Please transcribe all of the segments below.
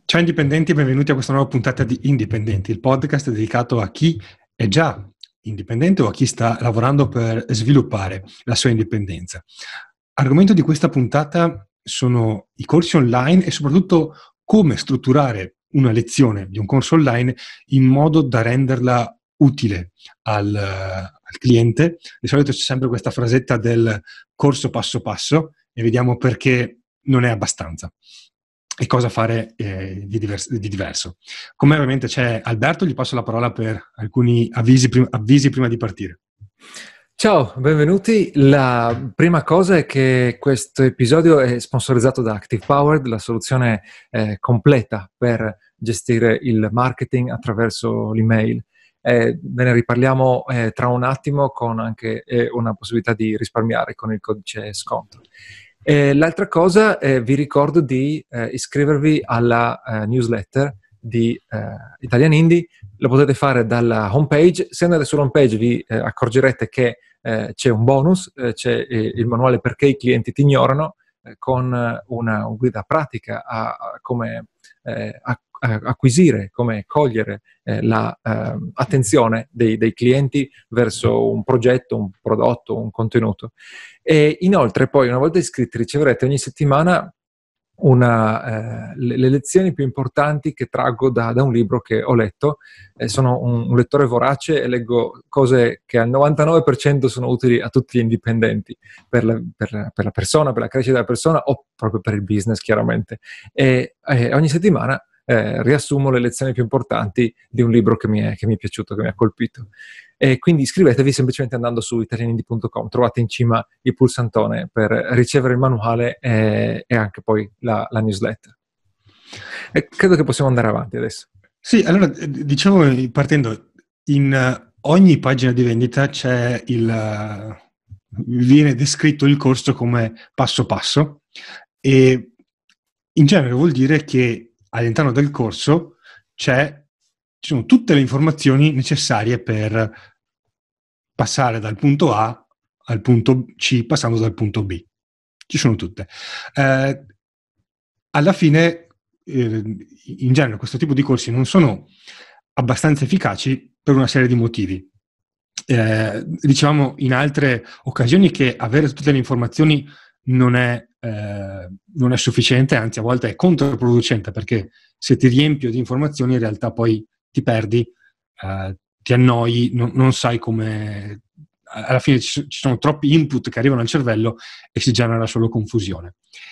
Ciao indipendenti e benvenuti a questa nuova puntata di Indipendenti, il podcast dedicato a chi è già indipendente o a chi sta lavorando per sviluppare la sua indipendenza. Argomento di questa puntata sono i corsi online e soprattutto come strutturare una lezione di un corso online in modo da renderla utile al cliente. Di solito c'è sempre questa frasetta del corso passo passo e vediamo perché non è abbastanza e cosa fare di diverso. Con me ovviamente c'è Alberto, gli passo la parola per alcuni avvisi prima di partire. Ciao, benvenuti. La prima cosa è che questo episodio è sponsorizzato da Active Powered, la soluzione completa per gestire il marketing attraverso l'email. Ve ne riparliamo tra un attimo con anche una possibilità di risparmiare con il codice sconto. L'altra cosa, vi ricordo di iscrivervi alla newsletter di Italian Indie. Lo potete fare dalla homepage. Se andate sulla homepage vi accorgerete che c'è un bonus, c'è il manuale perché i clienti ti ignorano, con una guida pratica a come acquisire, come cogliere l'attenzione dei clienti verso un progetto, un prodotto, un contenuto. E inoltre poi, una volta iscritti, riceverete ogni settimana le lezioni più importanti che traggo da un libro che ho letto. Sono un lettore vorace e leggo cose che al 99% sono utili a tutti gli indipendenti, per la persona, per la crescita della persona o proprio per il business, chiaramente. E ogni settimana riassumo le lezioni più importanti di un libro che mi è piaciuto, che mi ha colpito. E quindi iscrivetevi semplicemente andando su italianindie.com, trovate in cima il pulsantone per ricevere il manuale e anche poi la newsletter. E credo che possiamo andare avanti adesso. Sì, allora dicevo partendo, in ogni pagina di vendita viene descritto il corso come passo passo e in genere vuol dire che all'interno del corso ci sono tutte le informazioni necessarie per passare dal punto A al punto C passando dal punto B. Ci sono tutte. Alla fine, in genere, questo tipo di corsi non sono abbastanza efficaci per una serie di motivi. Dicevamo in altre occasioni che avere tutte le informazioni non è sufficiente, anzi a volte è controproducente, perché se ti riempio di informazioni in realtà poi ti perdi, ti annoi, non sai come. Alla fine ci sono troppi input che arrivano al cervello e si genera solo confusione.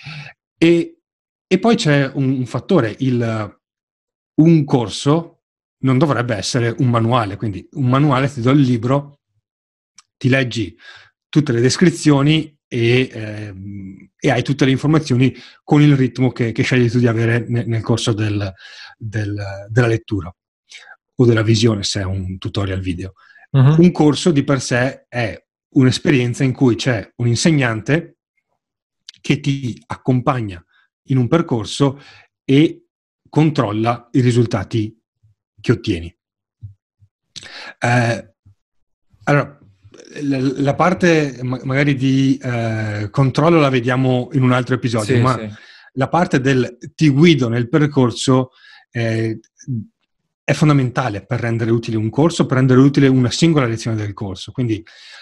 E poi c'è un fattore, un corso non dovrebbe essere un manuale, quindi un manuale ti do il libro, ti leggi tutte le descrizioni e hai tutte le informazioni con il ritmo che scegli tu di avere nel corso della lettura o della visione, se è un tutorial video. Uh-huh. Un corso di per sé è un'esperienza in cui c'è un insegnante che ti accompagna in un percorso e controlla i risultati che ottieni. Allora, la parte magari di controllo la vediamo in un altro episodio, ma sì. La parte del ti guido nel percorso è fondamentale per rendere utile un corso, per rendere utile una singola lezione del corso. Quindi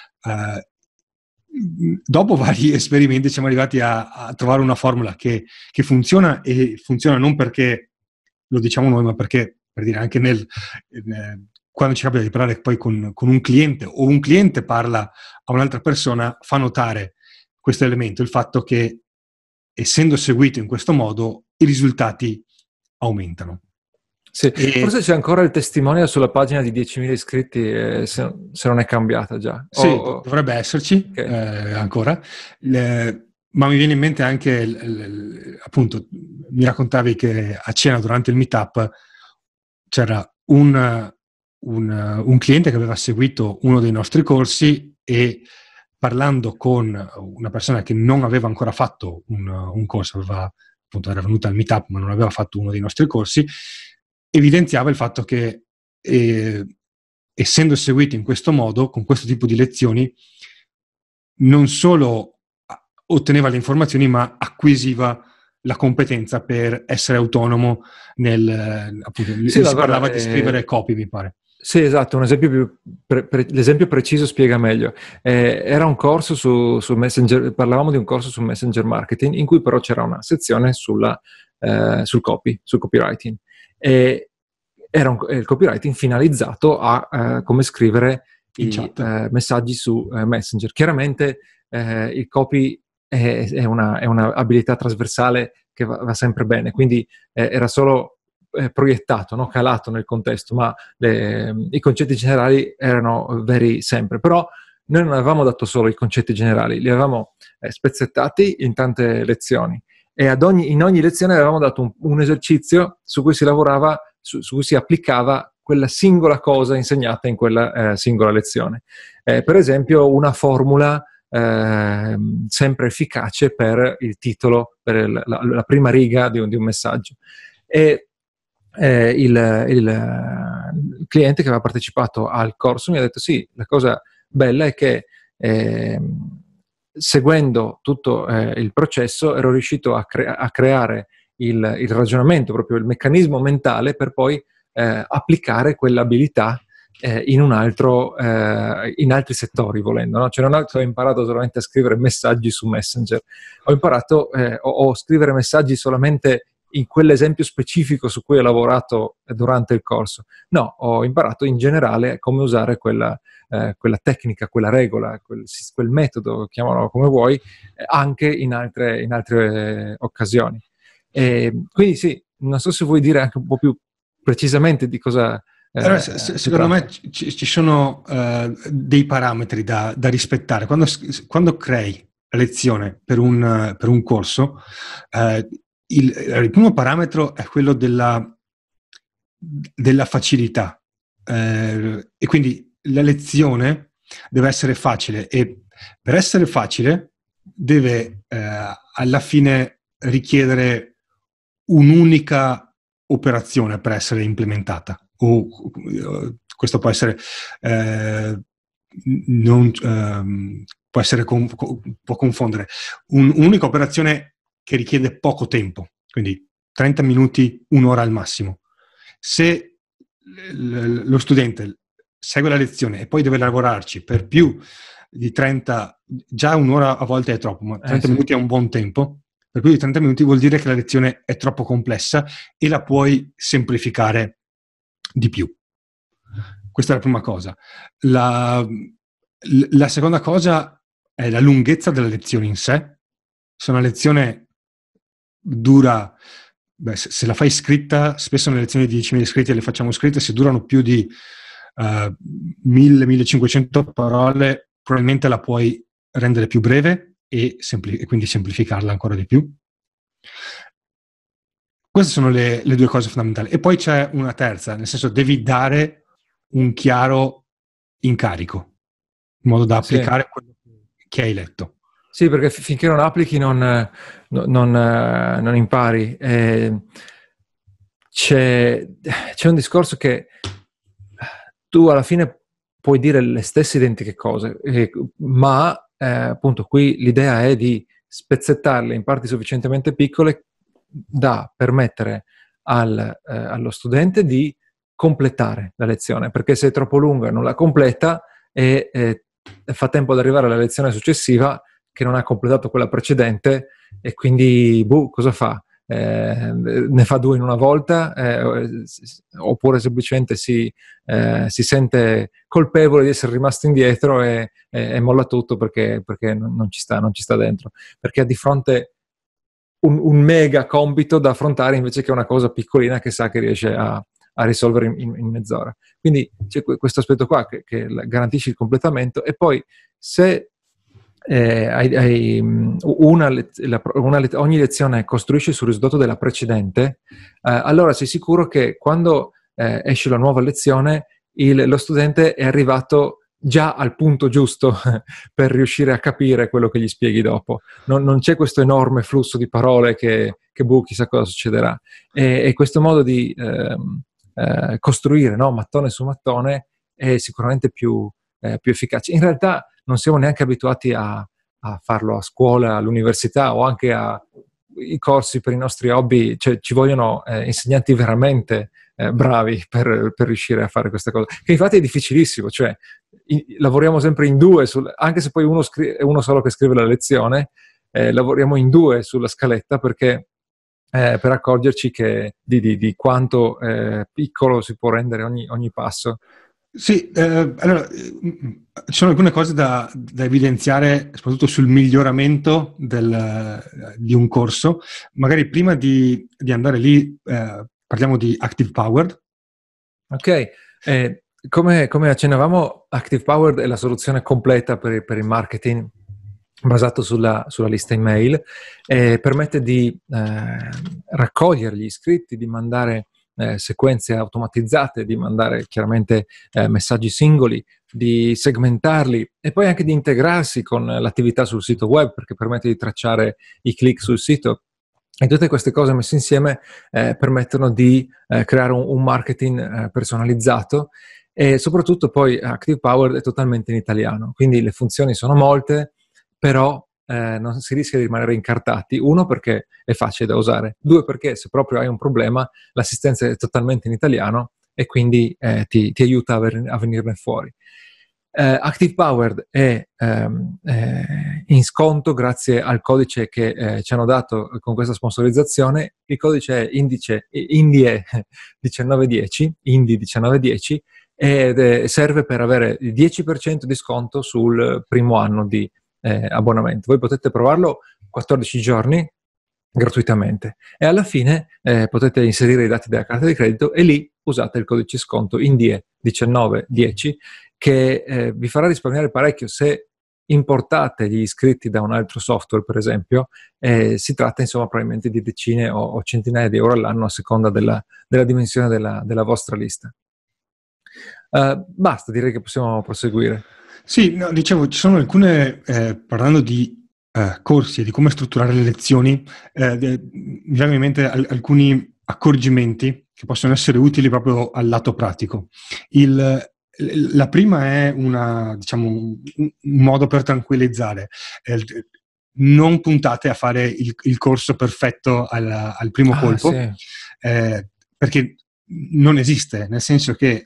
dopo vari esperimenti siamo arrivati a trovare una formula che funziona, e funziona non perché lo diciamo noi, ma perché, per dire, anche quando ci capita di parlare poi con un cliente o un cliente parla a un'altra persona, fa notare questo elemento, il fatto che essendo seguito in questo modo i risultati aumentano. Sì, forse c'è ancora il testimonial sulla pagina di 10.000 iscritti, se non è cambiata già. Sì, dovrebbe esserci, okay. Ancora. Ma mi viene in mente anche, appunto, mi raccontavi che a cena durante il meetup c'era un cliente che aveva seguito uno dei nostri corsi e parlando con una persona che non aveva ancora fatto un corso, appunto era venuta al meetup ma non aveva fatto uno dei nostri corsi, evidenziava il fatto che essendo seguito in questo modo, con questo tipo di lezioni, non solo otteneva le informazioni ma acquisiva la competenza per essere autonomo appunto, Sì, si parlava di scrivere copy, mi pare. Sì, esatto, un esempio l'esempio preciso spiega meglio. Era un corso su Messenger, parlavamo di un corso su Messenger Marketing, in cui però c'era una sezione sul copywriting. E era il copywriting finalizzato a come scrivere i messaggi su Messenger. Chiaramente il copy è una abilità trasversale che va sempre bene, quindi era solo proiettato, no? Calato nel contesto, ma i concetti generali erano veri sempre. Però noi non avevamo dato solo i concetti generali, li avevamo spezzettati in tante lezioni, e in ogni lezione avevamo dato un esercizio su cui si lavorava, su cui si applicava quella singola cosa insegnata in quella singola lezione. Per esempio, una formula sempre efficace per il titolo, per la prima riga di un messaggio. E il cliente che aveva partecipato al corso mi ha detto: sì, la cosa bella è che seguendo tutto il processo ero riuscito a creare il ragionamento, proprio il meccanismo mentale per poi applicare quell'abilità in altri settori, volendo, no? Cioè non ho imparato solamente a scrivere messaggi su Messenger, ho imparato o scrivere messaggi solamente in quell'esempio specifico su cui ho lavorato durante il corso. No, ho imparato in generale come usare quella tecnica, quella regola, quel metodo, chiamalo come vuoi, anche in altre occasioni. Quindi sì, non so se vuoi dire anche un po' più precisamente di cosa... Allora, secondo me ci sono dei parametri da rispettare. Quando crei la lezione per un corso, il primo parametro è quello della facilità, e quindi la lezione deve essere facile, e per essere facile deve alla fine richiedere un'unica operazione per essere implementata. Questo può essere può essere può confondere un'unica operazione che richiede poco tempo, quindi 30 minuti, un'ora al massimo. Se lo studente segue la lezione e poi deve lavorarci per più di 30, già un'ora a volte è troppo, ma 30 minuti è un buon tempo. Per più di 30 minuti vuol dire che la lezione è troppo complessa e la puoi semplificare di più. Questa è la prima cosa. La seconda cosa è la lunghezza della lezione in sé. Se una lezione dura, se la fai scritta, spesso nelle lezioni di 10.000 iscritti le facciamo scritte, se durano più di 1.000-1.500 parole, probabilmente la puoi rendere più breve e quindi semplificarla ancora di più. Queste sono le due cose fondamentali. E poi c'è una terza, nel senso devi dare un chiaro incarico, in modo da applicare quello che hai letto. Sì, perché finché non applichi non impari. C'è un discorso che tu alla fine puoi dire le stesse identiche cose, ma appunto qui l'idea è di spezzettarle in parti sufficientemente piccole da permettere allo studente di completare la lezione, perché se è troppo lunga non la completa e fa tempo ad arrivare alla lezione successiva che non ha completato quella precedente, e quindi cosa fa? Ne fa due in una volta, oppure semplicemente si sente colpevole di essere rimasto indietro e molla tutto perché non ci sta dentro, perché ha di fronte un mega compito da affrontare invece che una cosa piccolina che sa che riesce a risolvere in mezz'ora. Quindi c'è questo aspetto qua che garantisce il completamento. E poi se ogni lezione costruisce sul risultato della precedente, allora sei sicuro che quando esce la nuova lezione lo studente è arrivato già al punto giusto per riuscire a capire quello che gli spieghi dopo. Non c'è questo enorme flusso di parole che chissà cosa succederà. E questo modo di costruire, no, mattone su mattone è sicuramente più efficace. In realtà non siamo neanche abituati a farlo a scuola, all'università o anche a i corsi per i nostri hobby, cioè ci vogliono insegnanti veramente bravi per riuscire a fare questa cosa, che infatti è difficilissimo, cioè lavoriamo sempre in due, anche se poi è uno solo che scrive la lezione, lavoriamo in due sulla scaletta perché per accorgerci di quanto piccolo si può rendere ogni passo. Sì, allora ci sono alcune cose da evidenziare, soprattutto sul miglioramento di un corso. Magari prima di andare lì, parliamo di Active Powered. Ok, come accennavamo, Active Powered è la soluzione completa per il marketing basato sulla lista email, e permette di raccogliere gli iscritti, di mandare sequenze automatizzate, di mandare chiaramente messaggi singoli, di segmentarli e poi anche di integrarsi con l'attività sul sito web, perché permette di tracciare i click sul sito. E tutte queste cose messe insieme permettono di creare un marketing personalizzato, e soprattutto poi Active Powered è totalmente in italiano, quindi le funzioni sono molte, però non si rischia di rimanere incartati. Uno, perché è facile da usare; due, perché se proprio hai un problema l'assistenza è totalmente in italiano e quindi ti aiuta a venirne fuori. Active Powered è in sconto grazie al codice che ci hanno dato con questa sponsorizzazione. Il codice è INDIE 1910, INDI 1910, ed serve per avere il 10% di sconto sul primo anno di abbonamento. Voi potete provarlo 14 giorni gratuitamente e alla fine potete inserire i dati della carta di credito e lì usate il codice sconto INDIE 1910, che vi farà risparmiare parecchio. Se importate gli iscritti da un altro software, per esempio, si tratta insomma probabilmente di decine o centinaia di euro all'anno a seconda della dimensione della vostra lista. Basta, direi che possiamo proseguire. Sì, no, dicevo, ci sono alcune, parlando di corsi e di come strutturare le lezioni, mi vengono in mente alcuni accorgimenti che possono essere utili proprio al lato pratico. La prima è diciamo, un modo per tranquillizzare. Non puntate a fare il corso perfetto al primo colpo, sì. perché non esiste, nel senso che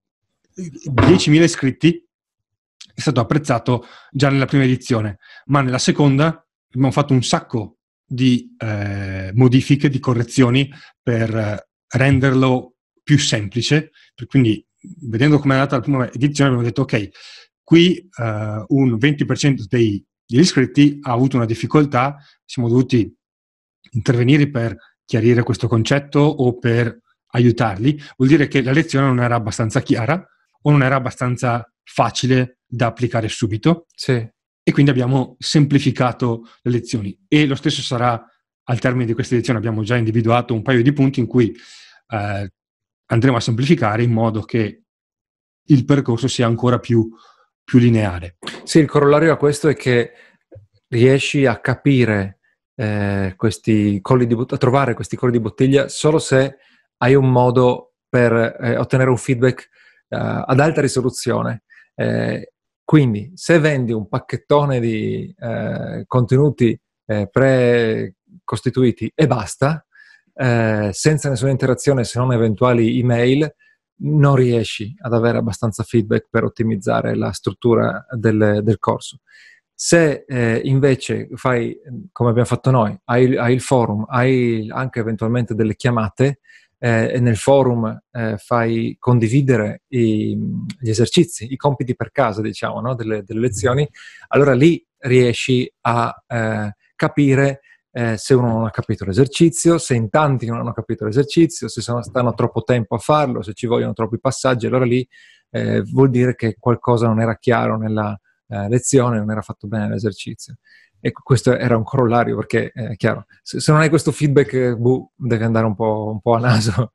10.000 iscritti è stato apprezzato già nella prima edizione, ma nella seconda abbiamo fatto un sacco di modifiche, di correzioni per renderlo più semplice. Quindi, vedendo come è andata la prima edizione, abbiamo detto ok, qui un 20% degli iscritti ha avuto una difficoltà, siamo dovuti intervenire per chiarire questo concetto o per aiutarli. Vuol dire che la lezione non era abbastanza chiara o non era abbastanza facile da applicare subito. Sì. E quindi abbiamo semplificato le lezioni, e lo stesso sarà al termine di questa edizione. Abbiamo già individuato un paio di punti in cui andremo a semplificare in modo che il percorso sia ancora più lineare. Sì, il corollario a questo è che riesci a capire a trovare questi colli di bottiglia solo se hai un modo per ottenere un feedback ad alta risoluzione. Quindi, se vendi un pacchettone di contenuti precostituiti e basta, senza nessuna interazione se non eventuali email, non riesci ad avere abbastanza feedback per ottimizzare la struttura del corso. Se invece fai come abbiamo fatto noi, hai il forum, hai anche eventualmente delle chiamate, e nel forum fai condividere gli esercizi, i compiti per casa, diciamo, no? delle lezioni, allora lì riesci a capire se uno non ha capito l'esercizio, se in tanti non hanno capito l'esercizio, se stanno troppo tempo a farlo, se ci vogliono troppi passaggi. Allora lì vuol dire che qualcosa non era chiaro nella lezione, non era fatto bene l'esercizio. E questo era un corollario, perché è chiaro, se non hai questo feedback, deve andare un po' a naso.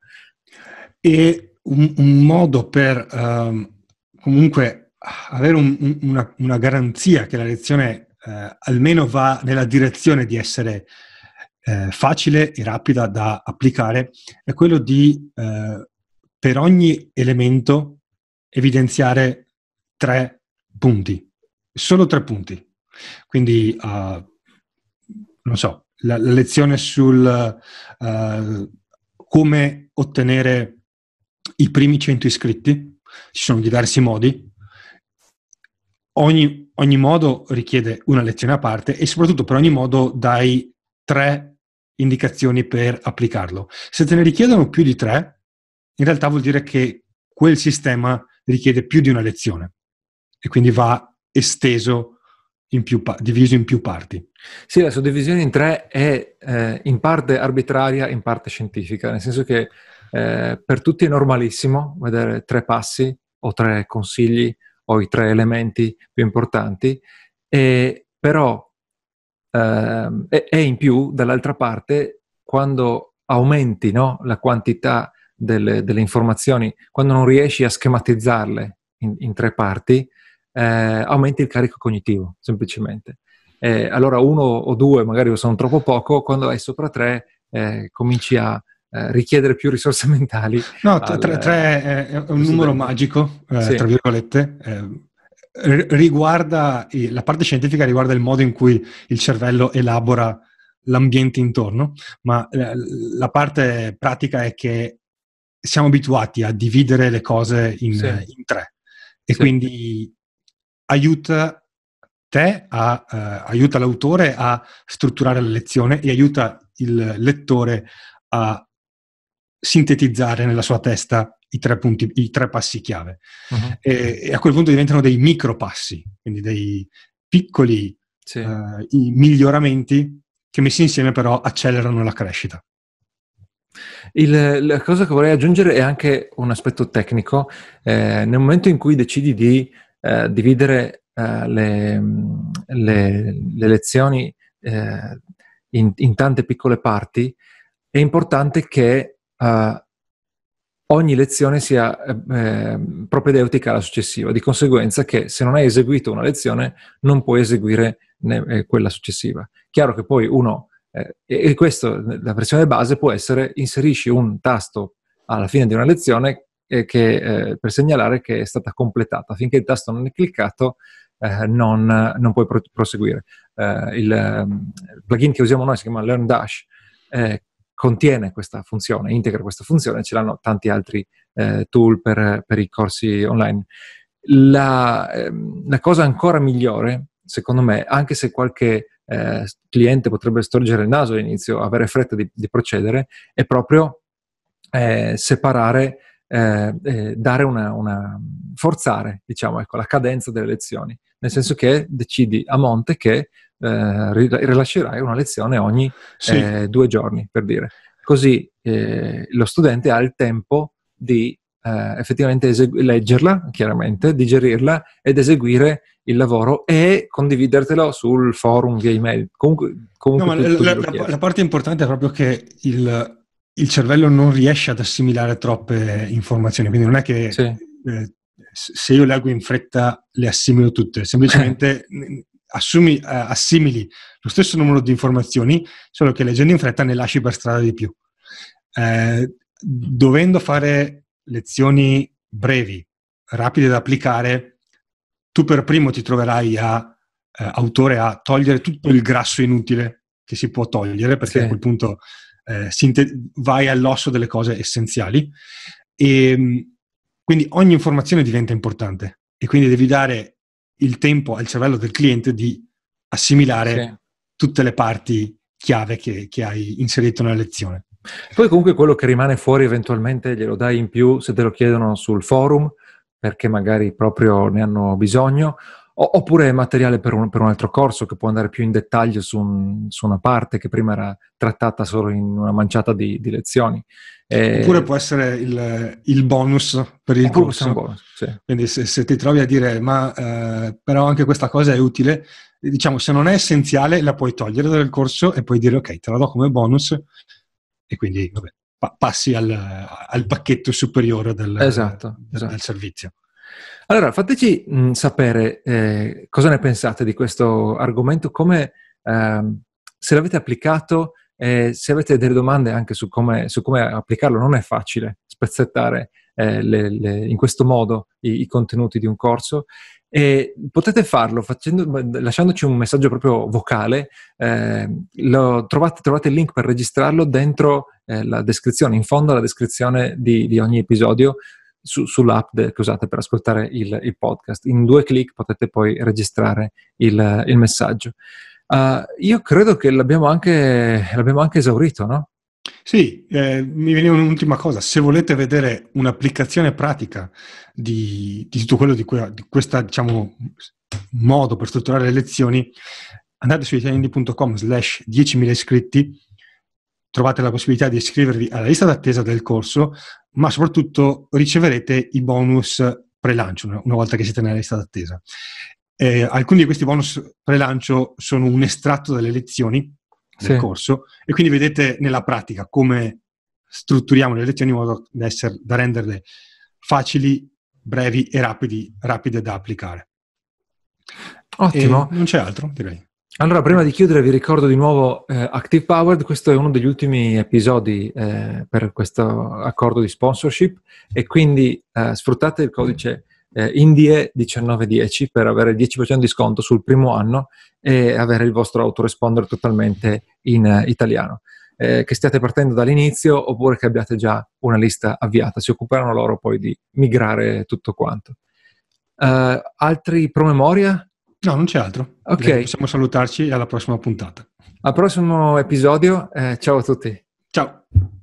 E un modo per comunque avere una garanzia che la lezione almeno va nella direzione di essere facile e rapida da applicare è quello di per ogni elemento evidenziare 3 punti, solo 3 punti. Quindi non so, la lezione sul come ottenere i primi 100 iscritti. Ci sono diversi modi. Ogni modo richiede una lezione a parte e soprattutto per ogni modo dai 3 indicazioni per applicarlo. Se te ne richiedono più di 3, in realtà vuol dire che quel sistema richiede più di una lezione e quindi va esteso diviso in più parti. Sì, la suddivisione in 3 è in parte arbitraria, in parte scientifica, nel senso che per tutti è normalissimo vedere 3 passi o 3 consigli o i 3 elementi più importanti, però e in più, dall'altra parte, quando aumenti, no, la quantità delle informazioni, quando non riesci a schematizzarle in 3 parti, aumenti il carico cognitivo, semplicemente. Allora 1 o 2 magari sono troppo poco, quando hai sopra 3 cominci a richiedere più risorse mentali. No, 3 è un numero magico, sì. Tra virgolette. Riguarda la parte scientifica, riguarda il modo in cui il cervello elabora l'ambiente intorno, ma la parte pratica è che siamo abituati a dividere le cose in 3 e quindi aiuta l'autore a strutturare la lezione e aiuta il lettore a sintetizzare nella sua testa i 3 passi chiave. Uh-huh. E a quel punto diventano dei micro passi, quindi dei piccoli miglioramenti che messi insieme però accelerano la crescita. La cosa che vorrei aggiungere è anche un aspetto tecnico. Nel momento in cui decidi di dividere le lezioni in tante piccole parti, è importante che ogni lezione sia propedeutica alla successiva, di conseguenza che se non hai eseguito una lezione non puoi eseguire quella successiva. Chiaro che poi uno, e questo, la versione base può essere: inserisci un tasto alla fine di una lezione per segnalare che è stata completata. Finché il tasto non è cliccato non puoi proseguire. Il plugin che usiamo noi si chiama LearnDash, contiene questa funzione, integra questa funzione, ce l'hanno tanti altri tool per i corsi online. La cosa ancora migliore, secondo me, anche se qualche cliente potrebbe storgere il naso all'inizio, avere fretta di procedere, è proprio separare, forzare, diciamo, ecco, la cadenza delle lezioni, nel senso che decidi a monte che rilascerai una lezione ogni 2 giorni, per dire. Così lo studente ha il tempo di effettivamente leggerla, chiaramente, digerirla ed eseguire il lavoro e condividertelo sul forum via email. Comunque no, ma la parte importante è proprio che il cervello non riesce ad assimilare troppe informazioni, quindi non è che se io leggo in fretta le assimilo tutte, semplicemente assimili lo stesso numero di informazioni, solo che leggendo in fretta ne lasci per strada di più. Dovendo fare lezioni brevi, rapide da applicare, tu per primo ti troverai autore a togliere tutto il grasso inutile che si può togliere, perché a quel punto vai all'osso delle cose essenziali, e quindi ogni informazione diventa importante e quindi devi dare il tempo al cervello del cliente di assimilare tutte le parti chiave che hai inserito nella lezione. Poi comunque quello che rimane fuori eventualmente glielo dai in più se te lo chiedono sul forum, perché magari proprio ne hanno bisogno, oppure è materiale per un altro corso che può andare più in dettaglio su una parte che prima era trattata solo in una manciata di lezioni. Oppure può essere il bonus per il corso. Bonus, quindi se ti trovi a dire però anche questa cosa è utile, diciamo, se non è essenziale la puoi togliere dal corso e puoi dire ok, te la do come bonus, e quindi passi al pacchetto superiore del servizio. Allora, fateci sapere cosa ne pensate di questo argomento, come se l'avete applicato, se avete delle domande anche su come applicarlo. Non è facile spezzettare in questo modo i contenuti di un corso, E potete farlo lasciandoci un messaggio proprio vocale. Trovate il link per registrarlo dentro la descrizione, in fondo alla descrizione di ogni episodio sull'app che usate per ascoltare il podcast. In 2 clic potete poi registrare il messaggio. Io credo che l'abbiamo anche esaurito, no? Sì, mi veniva un'ultima cosa. Se volete vedere un'applicazione pratica di tutto quello di questa, diciamo, modo per strutturare le lezioni, andate su italianindi.com/10.000 iscritti, trovate la possibilità di iscrivervi alla lista d'attesa del corso, ma soprattutto riceverete i bonus pre-lancio una volta che siete nella lista d'attesa. Alcuni di questi bonus pre-lancio sono un estratto delle lezioni del corso, e quindi vedete nella pratica come strutturiamo le lezioni in modo da renderle facili, brevi e rapide da applicare. Ottimo. E non c'è altro, direi. Allora, prima di chiudere vi ricordo di nuovo Active Powered. Questo è uno degli ultimi episodi per questo accordo di sponsorship, e quindi sfruttate il codice INDIE1910 per avere il 10% di sconto sul primo anno e avere il vostro autoresponder totalmente in italiano. Che stiate partendo dall'inizio oppure che abbiate già una lista avviata, si occuperanno loro poi di migrare tutto quanto. Altri promemoria? No, non c'è altro. Ok. Possiamo salutarci e alla prossima puntata. Al prossimo episodio. Ciao a tutti. Ciao.